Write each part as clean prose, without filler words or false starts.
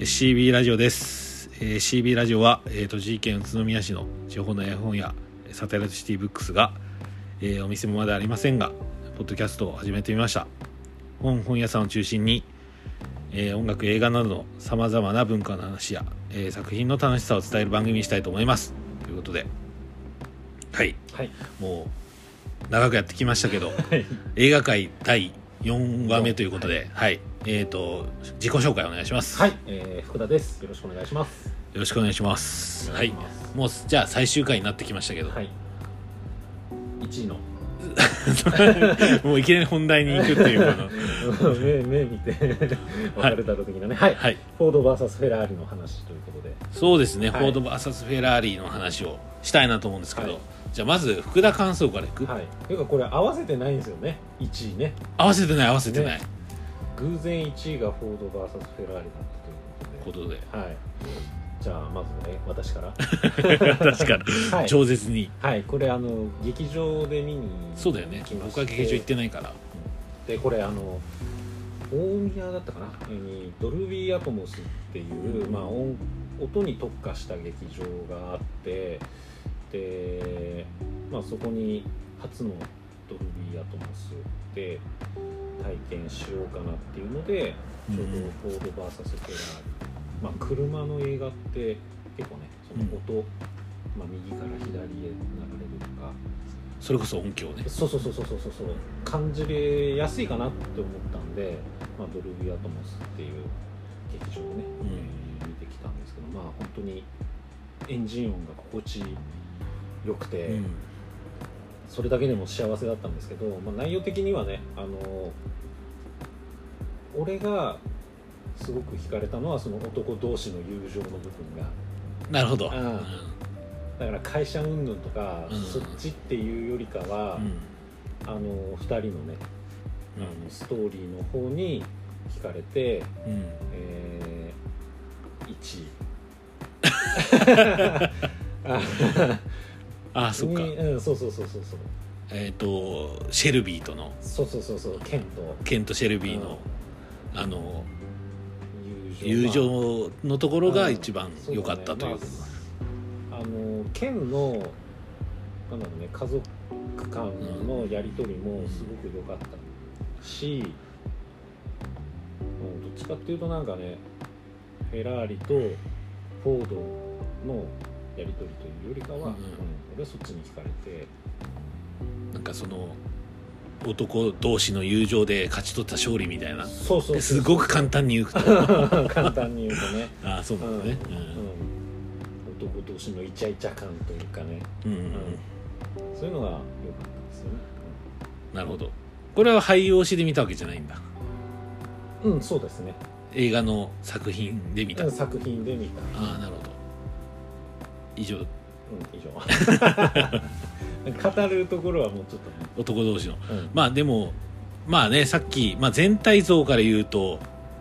CB ラジオです。CB ラジオは、栃木県宇都宮市の地方の絵本やサテライトシティブックスが、お店もまだありませんがポッドキャストを始めてみました。本屋さんを中心に、音楽映画などのさまざまな文化の話や、作品の楽しさを伝える番組にしたいと思いますということで、はい、もう長くやってきましたけど、映画界第4話目ということで、自己紹介お願いします。 福田です。よろしくお願いします。 よろしくお願いします。もうじゃあ最終回になってきましたけど、 1位のもういきなり本題に行くっていう目見て分かれた時のね、フォード VS フェラーリの話ということで、 そうですね、フォード VS フェラーリの話をしたいなと思うんですけど、じゃあまず福田感想からいく。 というかこれ合わせてないんですよね、1位ね。 合わせてない、 偶然1位がフォード VS フェラーリだったということで、じゃあまずね、私から確かに、超絶にこれ劇場で見にそうだよね、僕は劇場行ってないから。 でこれ大宮だったかなにドルビーアトモスっていう、音に特化した劇場があって、で、そこに初のドルビーアトモスで体験しようかなっていうので、ちょうどフォード VS フェラーリ、車の映画って結構ね、その音、右から左へ流れるとか、 それこそ音響ね、 そう感じれやすいかなって思ったんで、ドルビーアトモスっていう劇場でね、見てきたんですけど、本当にエンジン音が心地よくて、それだけでも幸せだったんですけど、内容的にはね、俺がすごく惹かれたのはその男同士の友情の部分が。 なるほど。 だから会社云々とか、そっちっていうよりかは、2人のね、ストーリーの方に惹かれて、1 位そっか、 そうシェルビーとの、ケンとシェルビーの、友情のところが一番良かったという。 ケンの家族間のやり取りもすごく良かったし、どっちかっていうとフェラーリとフォードのやり取りというよりかは、俺はそっちに惹かれて、 その男同士の友情で勝ち取った勝利みたいな、すごく簡単に言うと簡単に言うとねそうなんだね、 男同士のイチャイチャ感というかね、そういうのが良かったですよね。 なるほど。これは俳優推しで見たわけじゃないんだ。 そうですね、 映画の作品で見た。 作品で見た。 なるほど。以上。 語るところはもうちょっと、ね、 男同士の、でもさっき、全体像から言うと、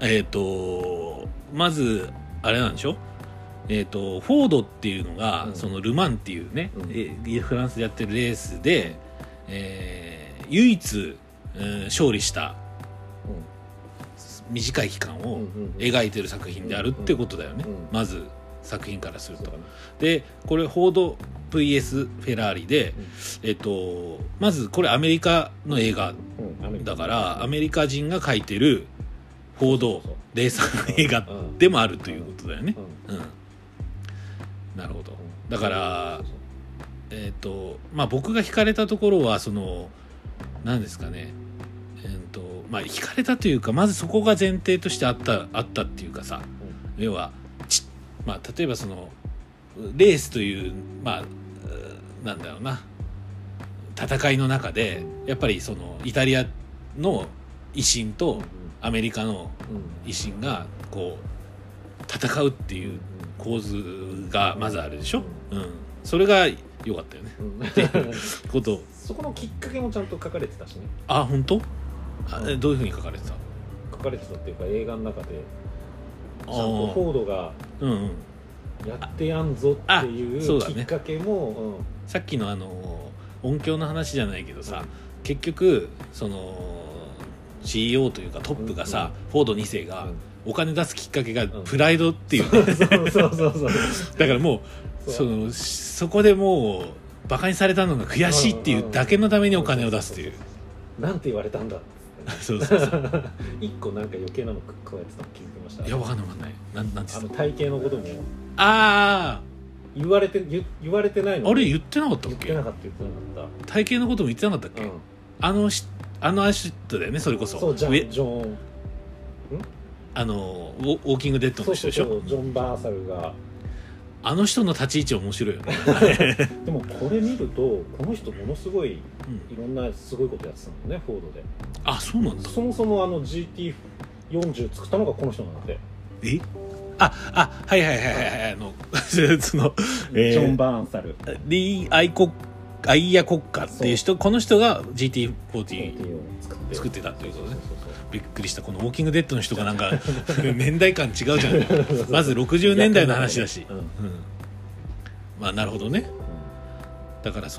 まずあれなんでしょ、フォードっていうのが、そのルマンっていうね、フランスでやってるレースで、唯一、勝利した短い期間を描いてる作品であるってことだよね、まず作品からすると。でこれフォード VS フェラーリで、まずこれアメリカの映画だから、アメリカ人が描いてるフォードレーサーの映画でもあるということだよね。なるほど。だから僕が惹かれたところは何ですかね、惹かれたというか、まずそこが前提としてあったっていうかさ、要は例えばそのレースというなんだろうな、戦いの中でやっぱりそのイタリアの維新とアメリカの維新がこう戦うっていう構図がまずあるでしょ、それが良かったよね、っていうこと。 そこのきっかけもちゃんと書かれてたしね。 本当？どういうふうに書かれてたっていうか、映画の中でちゃんとフォードがやってやんぞっていうきっかけも、 さっきの音響の話じゃないけどさ、結局その CEO というかトップがさ、フォード2世がお金出すきっかけがんプライドっていうね、 そうだからもうそこでもうバカにされたのが悔しいっていうだけのためにお金を出すっていう、 なんて言われたんだそうそうそう一個なんか余計なの加えてたの気づきました。 いやわかんないなんて言ってた体型のこともあ言われてないのああれ言ってなかったっけ、 言ってなかった体型のことも言ってなかったっけ、あの人だよね、それこそそうジョンウォーキングデッドの人でしょ。 そうジョン・バーサルがあの人の立ち位置面白いよねでもこれ見るとこの人ものすごいいろんなすごいことやってたんだよね、フォードで。 あ、そうなんだ。 そもそもGT40 作ったのがこの人なんだって。 はいその、 ジョン・バーンサルアイヤ国家っていう人、この人が GT40 を作ってたということね。びっくりした。このウォーキングデッドの人がなんか年代感違うじゃんまず60年代の話だし、まあなるほどね。だから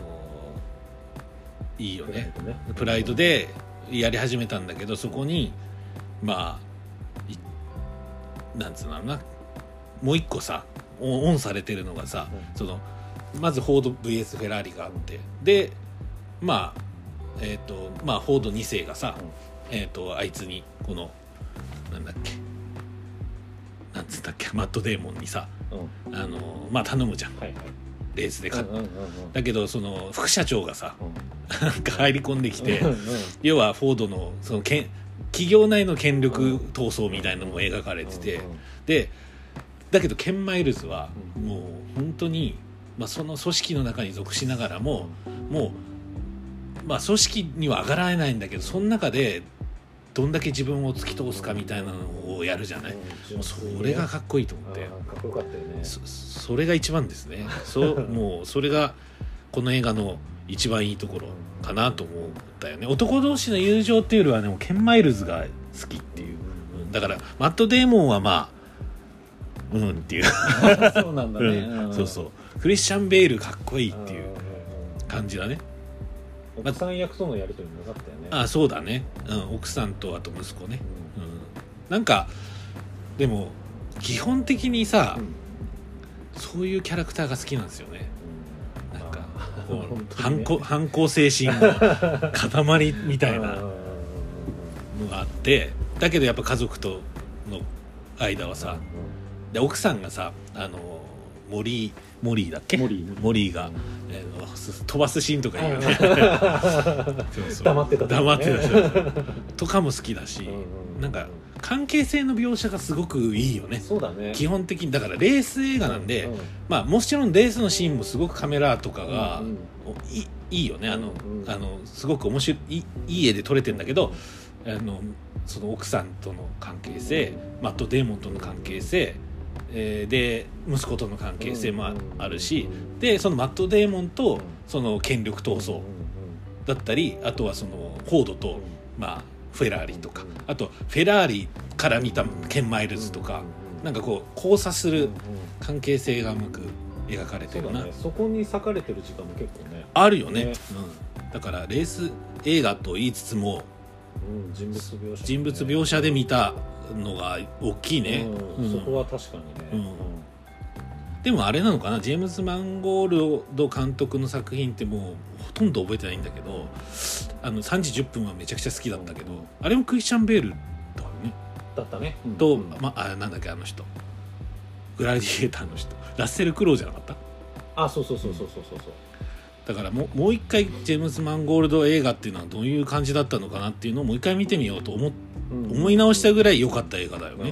いいよね、プライドでやり始めたんだけど、そこにまあなんつうのな、もう一個さオンされてるのがさ、まずフォード VS フェラーリがあって、でまあフォード2世がさ、あいつにこのなんだっけ、なんつったっけ、マットデーモンにさ、まあ頼むじゃん、レースでだけどその副社長がさ、なんか入り込んできて、要はフォードの企業内の権力闘争みたいなのも描かれてて、でだけどケン・マイルズはもう本当に、まあ、その組織の中に属しながらも、もう、まあ、組織には上がらないんだけど、その中でどんだけ自分を突き通すかみたいなのをやるじゃない、もうそれがかっこいいと思って、 かっこよかったよね。 それが一番ですねもうそれがこの映画の一番いいところかなと思ったよね。男同士の友情っていうよりはね、もうケン・マイルズが好きっていう、だからマット・デーモンはまあっていうそうなんだね、 そうそう、クリスチャン・ベールかっこいいっていう感じだね。 奥さん役とのやり取りも良かったよね。 そうだね、奥さんとあと息子ね、なんかでも基本的にさ、そういうキャラクターが好きなんですよね。なんか反抗精神の塊みたいなのがあって、だけどやっぱ家族との間はさ、で奥さんがさ、モリーだっけ、モリーが、飛ばすシーンとかいいよね黙ってたとかも好きだし、なんか関係性の描写がすごくいいよね。 そうだね、 基本的にだからレース映画なんで、まあもちろんレースのシーンもすごくカメラとかが、いいよね。すごく面白い、いい絵で撮れてんだけど、その奥さんとの関係性、マット・デーモンとの関係性、で息子との関係性もあるし、でそのマット・デーモンとその権力闘争だったり、あとはそのフォードと、まあ、フェラーリとか、あとフェラーリから見たケン・マイルズとか、なんかこう交差する関係性がうまく描かれてるな。 そこに割かれてる時間も結構ねあるよね、だからレース映画と言いつつも、 人物描写で見たのが大きいね、 そこは確かにね、 でもあれなのかな、ジェームズ・マンゴールド監督の作品ってもうほとんど覚えてないんだけど、3時10分はめちゃくちゃ好きだったけど、あれもクリスチャン・ベールだよね。 だったね、 と、なんだっけ、あの人グラディエーターの人、ラッセル・クロウじゃなかった？ そうだからもう一回ジェームズ・マンゴールド映画っていうのはどういう感じだったのかなっていうのをもう一回見てみようと思い直したぐらい良かった映画だよね。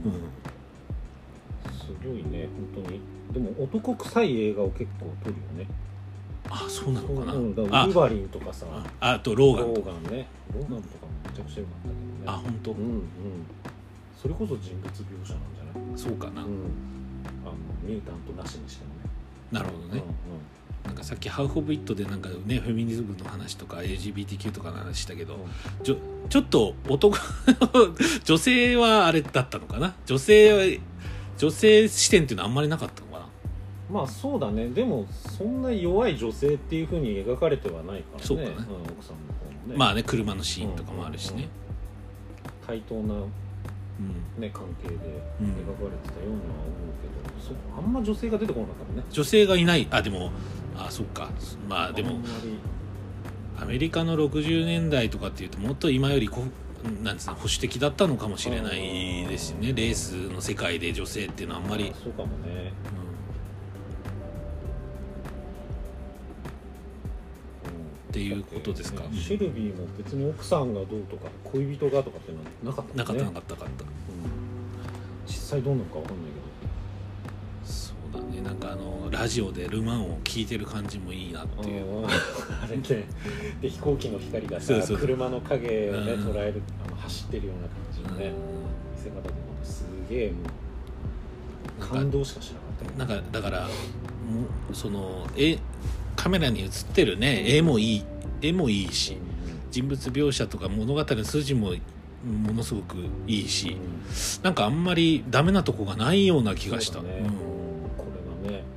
すごいね本当に。でも男臭い映画を結構撮るよね。 そうなのかな。 ウルヴァリンとかさ、 あとローガンとかもめちゃくちゃ良かったけどね。 本当。 それこそ人物描写なんじゃない？ そうかな。 ミュータントなしにしてもね。 なるほどね。なんかさっきハウフ・オブ・イットでなんかね、フェミニズムの話とか LGBTQ とかの話したけど、ちょっと女性はあれだったのかな、女性視点っていうのはあんまりなかったのかな。 まあそうだね。でもそんな弱い女性っていう風に描かれてはないからね。 そうかね、 奥さんの方もね。 まあね車のシーンとかもあるしね、 対等な、 うんね、関係で描かれてたようには思うけど、あんま女性が出てこなかったもんね。 女性がいない。でもそっか。まあでもあんまりアメリカの60年代とかっていうともっと今よりなんつうの保守的だったのかもしれないですよね。レースの世界で女性っていうのはあんまり、 そうかもね。 っていうことですか。 シェルビーも別に奥さんがどうとか恋人がとかっていうのはなかったもんね。 なかった実際どうなのかわかんないそうだね。なんかラジオでルマンを聞いてる感じもいいなっていう、 あれで飛行機の光がさそう車の影をね捉える走ってるような感じのね見せ方でもすげえもう感動しかしなかった。 なんかだからもうそのカメラに映ってるね絵もいいし、人物描写とか物語の筋もものすごくいいし、なんかあんまりダメなとこがないような気がした。 これはね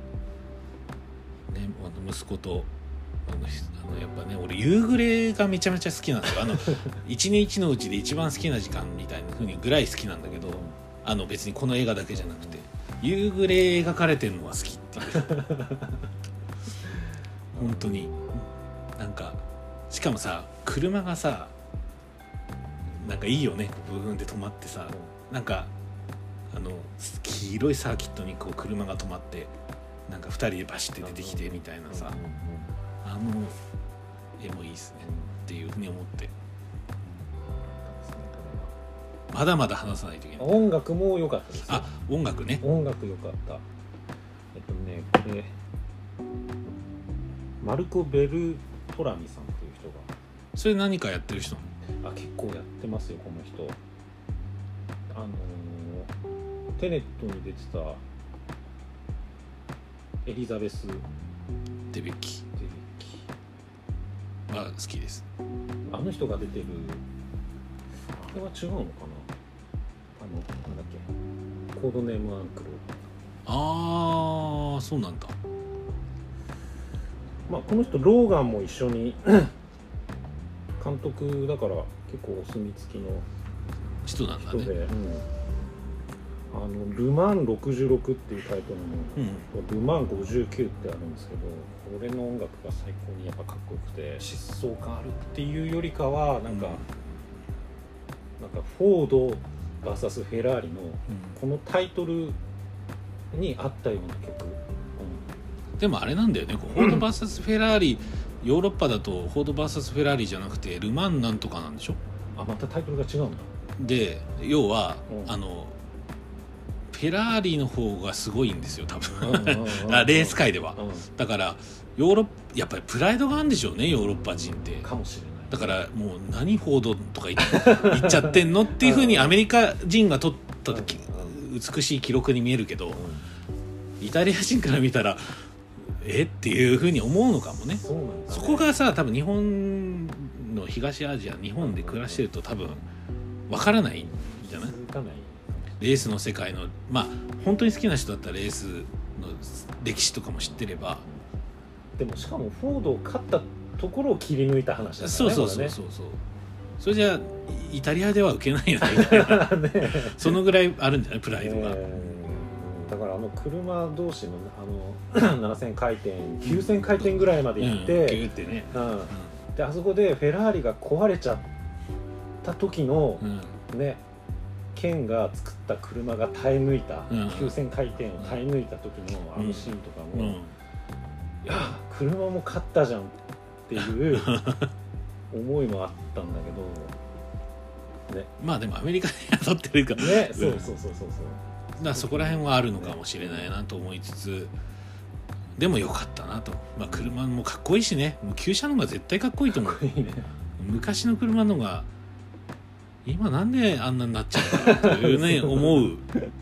息子とやっぱね俺夕暮れがめちゃめちゃ好きなんですよ。一日のうちで一番好きな時間みたいな風にぐらい好きなんだけど、別にこの映画だけじゃなくて夕暮れ描かれてるのは好きっていう本当になんかしかもさ車がさなんかいいよね。ブーンって止まってさ、なんか黄色いサーキットにこう車が止まってなんか2人でバシって出てきてみたいなさ、絵もいいですねっていうふうに思って、まだまだ話さないといけない。 音楽も良かったですよ。 音楽ね。 音楽良かった。これマルコ・ベルトラミさんという人がそれ何かやってる人？ 結構やってますよこの人。テネットに出てたエリザベス・デベッキは好きです。 あの人が出てるあれは違うのかな。なんだっけコードネームアンクル。 そうなんだ。 この人ローガンも一緒に監督だから結構お墨付きの人なんだね。 ルマン66っていうタイトルの、ルマン59ってあるんですけど、これの音楽が最高にやっぱかっこよくて疾走感あるっていうよりかはなんかフォード VS フェラーリのこのタイトルに合ったような曲、 でもあれなんだよね、フォード VS フェラーリ、ヨーロッパだとフォード VS フェラーリじゃなくてルマンなんとかなんでしょ。 またタイトルが違うんだ。 で要は、フェラーリの方がすごいんですよ多分レース界では、だからやっぱりプライドがあるんでしょうねヨーロッパ人ってかもしれない。 だからもう何フォードとか言っちゃってんのっていう風にアメリカ人が取った時美しい記録に見えるけど、イタリア人から見たらっていう風に思うのかもね。そこがさ多分日本の東アジア日本で暮らしてると多分わからないんじゃない。レースの世界の本当に好きな人だったらレースの歴史とかも知ってれば。 でもしかもフォードを勝ったところを切り抜いた話だからね。そうそれじゃあイタリアでは受けないよねみたいなそのぐらいあるんじゃないプライドが、 だから車同士の7000回転9000回転ぐらいまで行って、 ギューってね、 であそこでフェラーリが壊れちゃった時の、ケンが作った車が耐え抜いた、9000回転を耐え抜いた時のあのシーンとかも、いや車も勝ったじゃんっていう思いもあったんだけど、でもアメリカで雇ってるからね、そうだからそこら辺はあるのかもしれないなと思いつつ、でも良かったなと、車もかっこいいしね、もう旧車の方が絶対かっこいいと思う。昔の車の方が今なんであんなになっちゃうかというね思う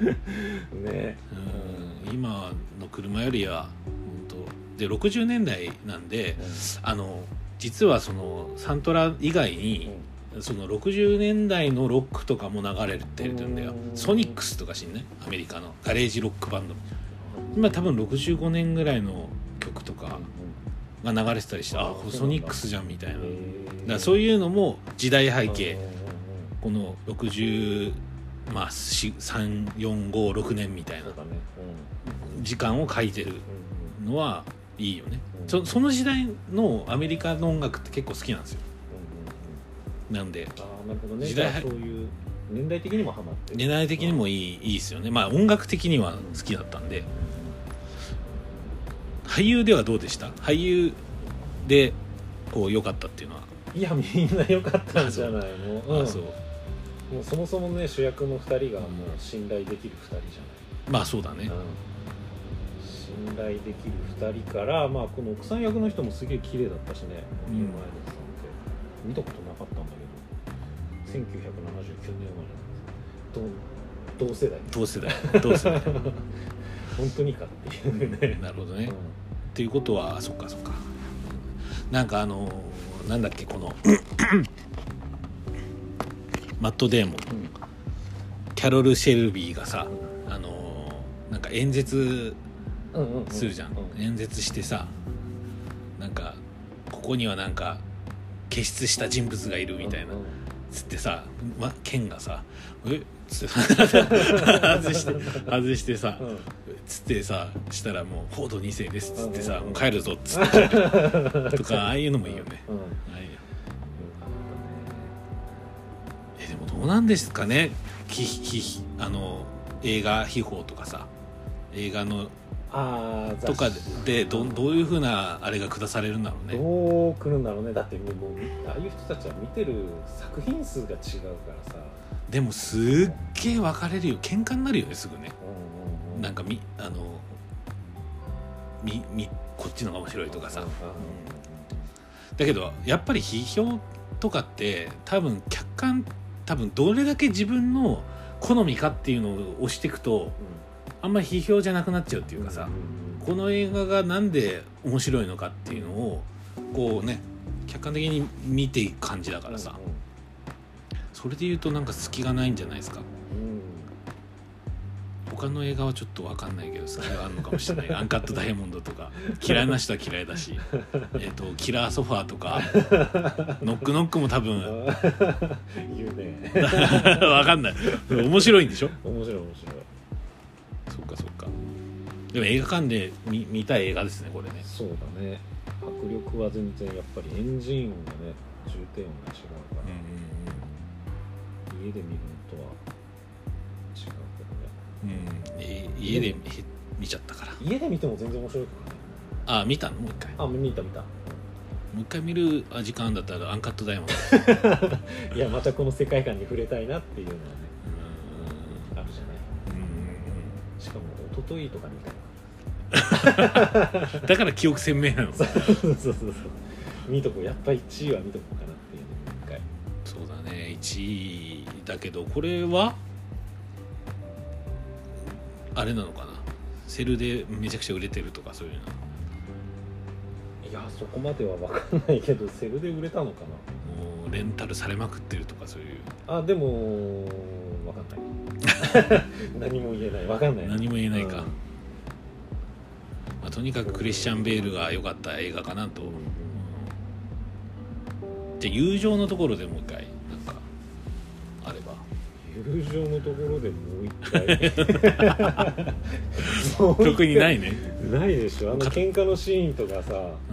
今の車よりは本当で60年代なんで、実はそのサントラ以外に、その60年代のロックとかも流れてるんだよ。ソニックスとか知んね、アメリカのガレージロックバンド、今多分65年ぐらいの曲とかが流れてたりして、あこれソニックスじゃんみたいな、だからうそういうのも時代背景、 んこの60、まあ、345年みたいなそうだね、 時間を書いてるのはいいよね、 うんその時代のアメリカの音楽って結構好きなんですよ。なんでああなるほどね、 時代じゃあそういう年代的にもハマってる、 年代的にもいいですよね。まあ音楽的には好きだったんで。俳優ではどうでした？俳優でこう良かったっていうのは。 いやみんな良かったんじゃないの、 あそうもうそもそもね主役の2人がもう信頼できる2人じまあそうだねゃない、信頼できる2人から、まあ、この奥さん役の人もすげえ綺麗だったしね、 うん前田さんって見たことなかったんだけど1979年生まれなんです。同世代同世代本当にかっていうねなるほどね、っていうことはそっかそっか、なんかなんだっけこのマット・デーモン、キャロル・シェルビーがさなんか演説するじゃん、演説してさ、なんかここにはなんか傑出した人物がいるみたいな、つってさ、ケンがさつって外してさ、つってさしたらもうフォード2世ですっつってさ、もう帰るぞっつってとかああいうのもいいよね、でもどうなんですかね、映画秘宝とかさ、映画のとかでどういう風なあれが下されるんだろうね。 どう来るんだろうね。だってもうああいう人たちは見てる作品数が違うからさ。 でもすっげえ分かれるよ、喧嘩になるよねすぐね、なんかこっちのが面白いとかさ、だけどやっぱり批評とかって多分どれだけ自分の好みかっていうのを押していくと、あんまり批評じゃなくなっちゃうっていうかさ、この映画がなんで面白いのかっていうのをこうね客観的に見ていく感じだからさ、それで言うとなんか隙がないんじゃないですか、他の映画はちょっと分かんないけど隙があるのかもしれないアンカットダイヤモンドとか嫌いな人は嫌いだしキラーソファーとかノックノックも多分言うね分かんない、面白いんでしょ。 面白いそっかそっか、でも映画館で 見たい映画ですねこれね。 そうだね、迫力は全然やっぱりエンジン音がね重低音が違うから、家で見るのとは違うけどね、 家で見ちゃったから。 家で見ても全然面白いからね。 見たのもう一回。 見たもう一回見る時間だったらアンカットダイヤモンドいやまたこの世界観に触れたいなっていうのはねあるじゃない。しかも一昨日とかに見たいなだから記憶鮮明なのそう見とこう、やっぱ1位は見とこうかなっていうの一回。 そうだね、1位だけどこれはあれなのかな、セルでめちゃくちゃ売れてるとかそういうの。 いやそこまでは分かんないけどセルで売れたのかな。 もうレンタルされまくってるとかそういう。 でも分かんない何も言えない、分かんない、 何も言えないか、とにかくクリスチャン・ベールが良かった映画かなと、じゃあ友情のところでもう一回なんかあれば。 友情のところでもう一回特にないね。 ないでしょ、喧嘩のシーンとかさ、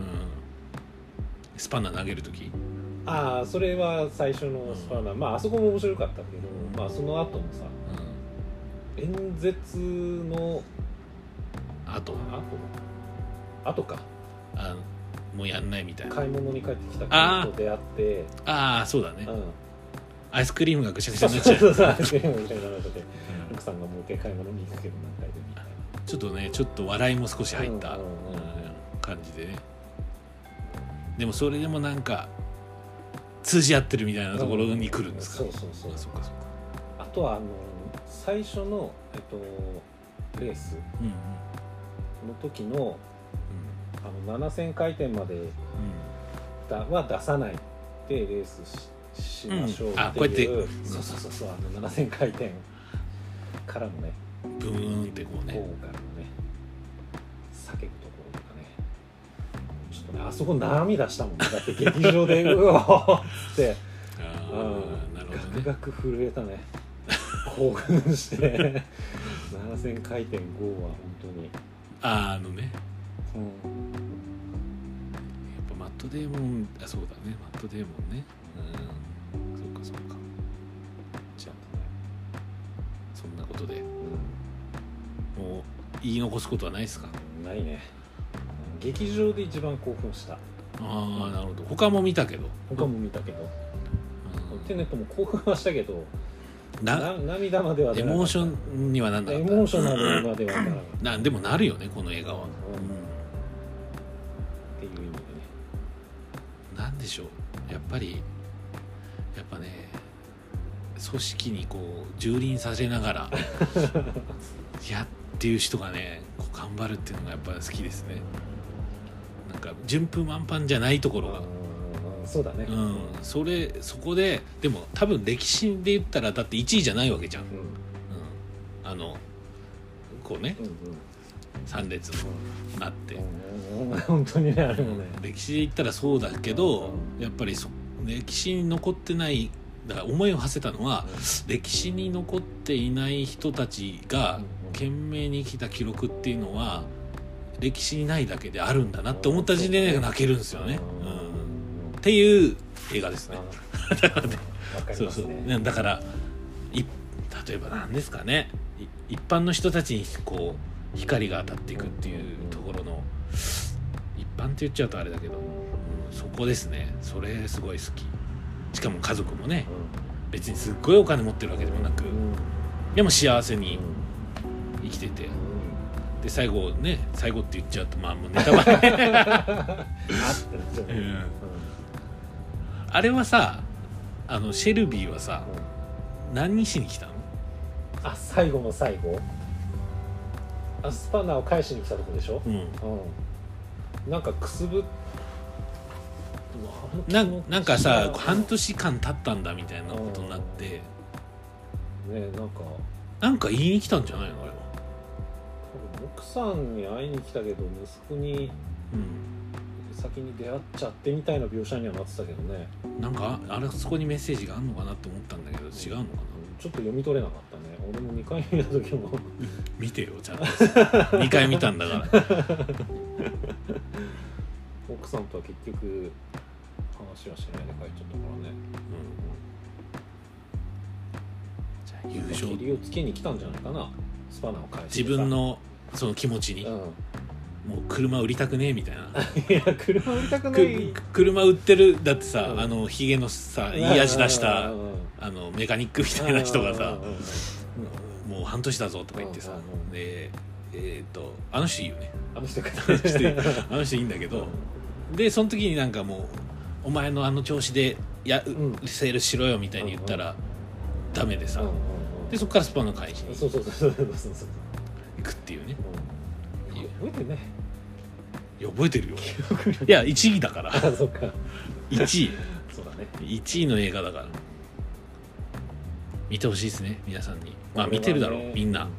スパナ投げるとき、 それは最初のスパナ、あそこも面白かったけど、その後もさ、演説の後か、 もうやんないみたいな、 買い物に帰ってきた子と出会って、 そうだね、アイスクリームがぐしゃぐしゃになっちゃう。 アイスクリームがぐしゃぐしゃになっちゃって奥さんがもう一回買い物に行くけど何回でみたいな、 ちょっと笑いも少し入った感じでね。でもそれでもなんか通じ合ってるみたいなところに来るんですか。 そうあとは最初の、レースの時の、7000回転までは出さないでレースしましょうっていう、そう7000回転からのねブーンってこうね効果のね叫ぶところとかねちょっとあそこ涙したもんね。だって劇場でうわーっつってなるほどね。 ガクガク震えたね。興奮して7000回転5は本当にあのね、 うん、 やっぱマットデーモン、あ、そうだね、マットデーモンね、うん、そうかそうか。じゃあそんなことで、もう言い残すことはないですか？ ないね。劇場で一番興奮した。 ああ、なるほど。他も見たけど、 他も見たけど、 うん、 テネットも興奮はしたけど涙まではエモーションにはなんなかった。 エモーショナルまではならなかった。 でもなるよね、この映画は、 っていう意味でね。 なんでしょう、やっぱね、組織にこう蹂躙させながらやっていう人がね、こう頑張るっていうのがやっぱり好きですね。なんか順風満帆じゃないところが、 そうだね、 そこででも多分歴史で言ったらだって1位じゃないわけじゃん、こうね、3列もあって、 本当にね、あれもね、 歴史で言ったらそうだけど、やっぱり歴史に残ってない、だから思いを馳せたのは、歴史に残っていない人たちが懸命に生きた記録っていうのは歴史にないだけであるんだなって思った時点で泣けるんですよね、っていう映画ですね。だからね、そうそう、だから例えば何ですかね、一般の人たちにこう光が当たっていくっていうところの、一般って言っちゃうとあれだけど、そこですね。それすごい好き。しかも家族もね、別にすっごいお金持ってるわけでもなく、でも幸せに生きてて、で最後って言っちゃうとまあもうネタバレあれはさ、シェルビーはさ、何しに来たの？ 最後の最後、スパナを返しに来たとこでしょ、なんかくすぶなんかさ、半年間経ったんだみたいなことになって、 ね、 なんか言いに来たんじゃないの？あれは奥さんに会いに来たけど息子に先に出会っちゃってみたいな描写にはなってたけどね。 なんかそこにメッセージがあるのかなって思ったんだけど、違うのかな。 ちょっと読み取れなかったね。俺も2回見た時も見てよ、ちゃんと2回見たんだから奥さんとは結局話はしないで帰っちゃったからね、 じゃあ優勝理をつけに来たんじゃないかな、スパナを返して自分のその気持ちに、もう車売りたくねえみたいな。 いや、車売りたくない。 車売ってる、だってさ、ヒゲのさ、いい味出したメカニックみたいな人がさ、もう半年だぞとか言ってさ、であの人いいよね、あの人いいんだけど、でその時になんかもうお前のあの調子でセールしろよみたいに言ったらダメでさ、でそっからスパナ返しに行くっていうね。 覚えてるね。 いや覚えてるよ。いや1位だからそっか、 1位そうだね、 1位の映画だから見てほしいですね、皆さんに。まあ見てるだろう、みんな。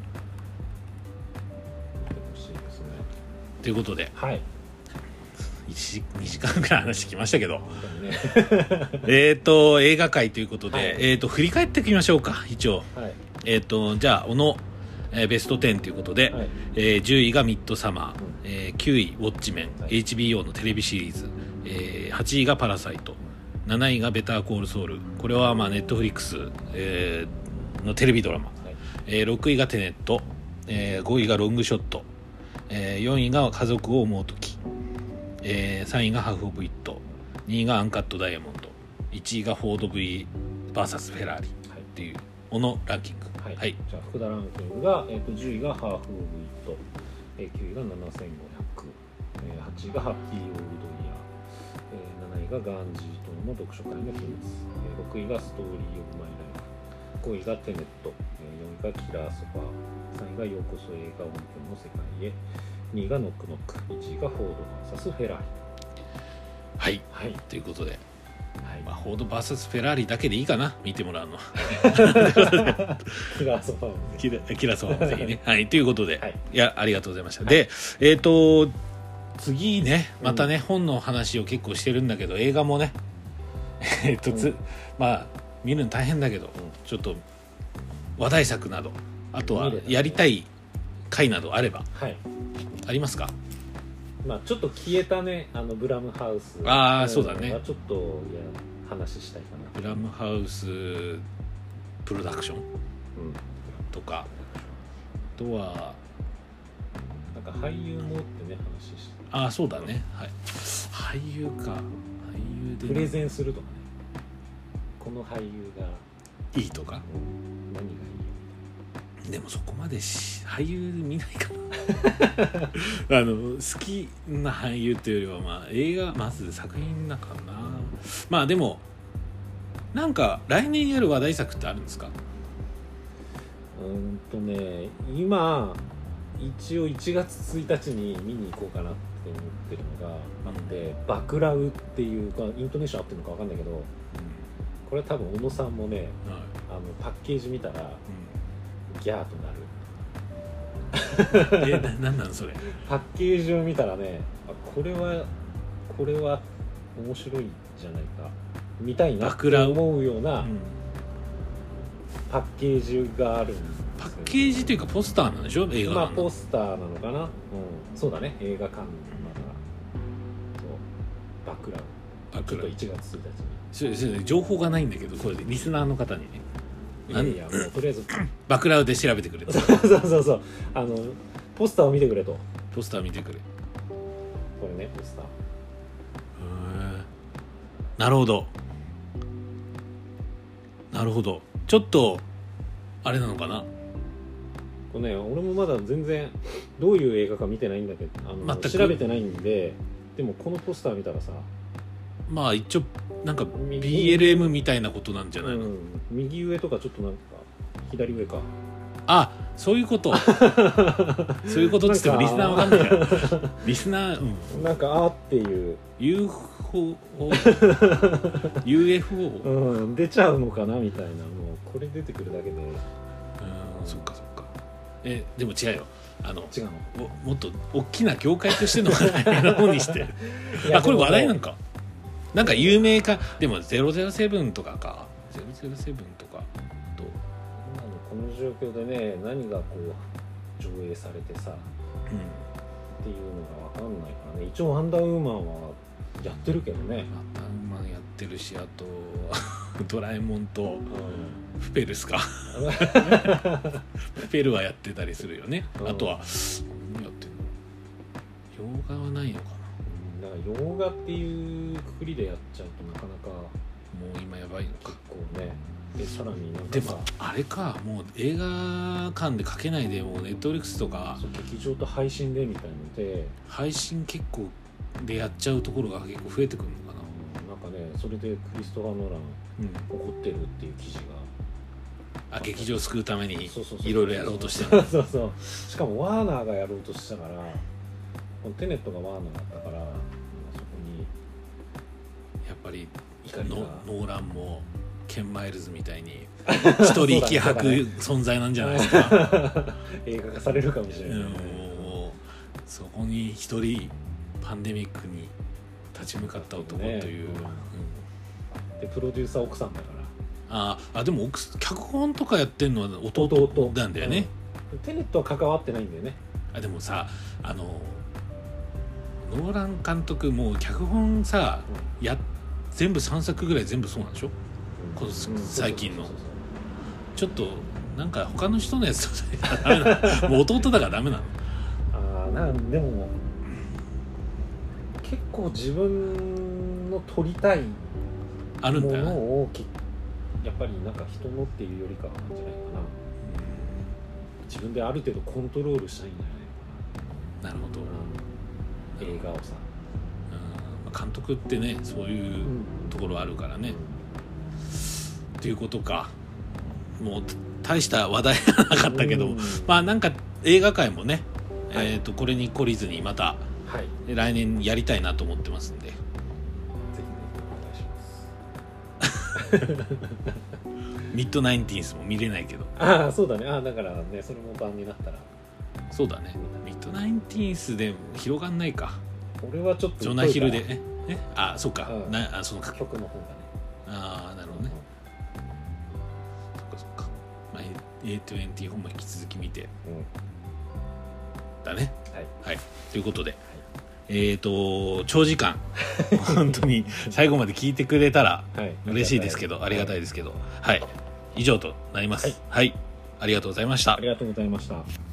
見てほしいですね。 ということで、 はい、 2時間ぐらい話してきましたけど、 ね、 映画界ということで、振り返っていきましょうか、一応。じゃあ小野ベスト10ということで、10位がミッドサマー、9位ウォッチメン、HBO のテレビシリーズ、8位がパラサイト、7位がベターコールソウル、これはまあネットフリックス、のテレビドラマ、6位がテネット、5位がロングショット、4位が家族を思うとき、3位がハーフオブイット、2位がアンカットダイヤモンド、1位がフォード V vs フェラーリっていう小野ランキング。 じゃあ福田ランキングが、10位がハーフオブイット、9位が7500、8位がハッピーオールドイヤー、7位がガンジー島の読書会の秘密、6位がストーリーオブマイライフ、5位がテネット、4位がキラーソファー、3位がようこそ映画音響の世界へ、2位がノックノック、1位がフォード VS フェラーリ。ということで、まあ、フォード VS フェラーリだけでいいかな、見てもらうのキラーソファーもぜひね。ということで、いやありがとうございました。で次ねまたね、本の話を結構してるんだけど、映画もねまあ見るの大変だけど、ちょっと話題作など、あとはやりたい回などあれば、 はい、 ありますか？ まあちょっと消えたねブラムハウス、 そうだね、 ちょっと話したいかな。 ブラムハウスプロダクション、とか、あとはなんか俳優もってね話して、 そうだね、はい、俳優か、俳優でプレゼンするとかね、この俳優がいいとか、 何がいいよ。 でもそこまで俳優見ないかな好きな俳優というよりは、まあ映画、まず作品だからな。まあでもなんか来年やる話題作ってあるんですか？ 今一応1月1日に見に行こうかなって思ってるのがあって、バクラウっていうかイントネーション合ってるのか分かんないけど、これ多分小野さんもね、パッケージ見たら、ギャーとなる。 なんなんそれ。 パッケージを見たらね、これは面白いんじゃないかみたいなって思うようなパッケージがあるんですよ。 パッケージというかポスターなんでしょ、映画館の。 ポスターなのかな、そうだね、映画館のバックラウンド、ちょっと1月1日に情報がないんだけど、これリスナーの方にね、 いやもうとりあえずバクラウで調べてくれとそうポスターを見てくれと。 ポスター見てくれ、 これね、ポスター。 なるほどなるほど、ちょっとあれなのかな。 これね、俺もまだ全然どういう映画か見てないんだけど、調べてないんで、でもこのポスター見たらさ、 まあ一応なんか BLM みたいなことなんじゃないの、 右上とかちょっとなんか左上か、 そういうことそういうことっつってもリスナーわかんないからリスナー、 なんかっていう UFO 出ちゃうのかなみたいな、もうこれ出てくるだけで、 そっかそっか。でも違うよ、 違うの、 もっと大きな業界としての話題の方にしてこれ話題なんか、なんか有名か。でも007とかか、007とかとこの状況でね、何がこう上映されてさ、っていうのが分かんないからね。一応ワンダーウーマンはやってるけどね。 ワンダーウーマンやってるし、あとドラえもんとプペルスかプペルはやってたりするよね。あとは何やってんの、洋画はないのかな。 だから洋画っていうくくりでやっちゃうとなかなかもう今やばいのか。 結構ね。さらになんかでもあれか、もう映画館でかけないで、もうネットフリックスとか劇場と配信でみたいので、 配信結構でやっちゃうところが結構増えてくるのかな。 なんかね、それでクリストファー・ノーラン怒ってるっていう記事が、 劇場を救うためにいろいろやろうとしてる。 そうしかもワーナーがやろうとしたから、このテネットがワーナーだったから、そこにやっぱり怒りがノーランもケン・マイルズみたいに一人息吐く存在なんじゃないですか映画化されるかもしれない、 もうそこに一人パンデミックに立ち向かった男という、 でプロデューサー奥さんだから。 でも脚本とかやってるのは弟なんだよね、 テネットは関わってないんだよね。 でもさ、ノーラン監督もう脚本さ、全部3作ぐらい全部そうなんでしょ、この最近の。ちょっとなんか他の人のやつとダメなのもう弟だからダメなの。 でも結構自分の撮りたいあるんだよね、 ものをやっぱりなんか人のっていうよりかはなんじゃないかな、自分である程度コントロールしたいんじゃないかな。 なるほど、 映画をさ、 監督ってね、そういうところあるからね、っていうことか。もう大した話題がなかったけど、まあなんか映画界もね、これに懲りずにまた、来年やりたいなと思ってますんで、ぜひねお願いしますミッドナインティーンスも見れないけど。 そうだね。だからね、それも版になったら。 そうだね、ミッドナインティーンスで広がんないか。 これはちょっとジョナヒルでそうか、 うんその曲の方がね。 ああなるほどね、そっか、まあ、A24 も引き続き見てだね。はい、ということで、長時間本当に最後まで聞いてくれたら嬉しいですけど、ありがたいですけど、はい、以上となります。はい、ありがとうございました。 ありがとうございました。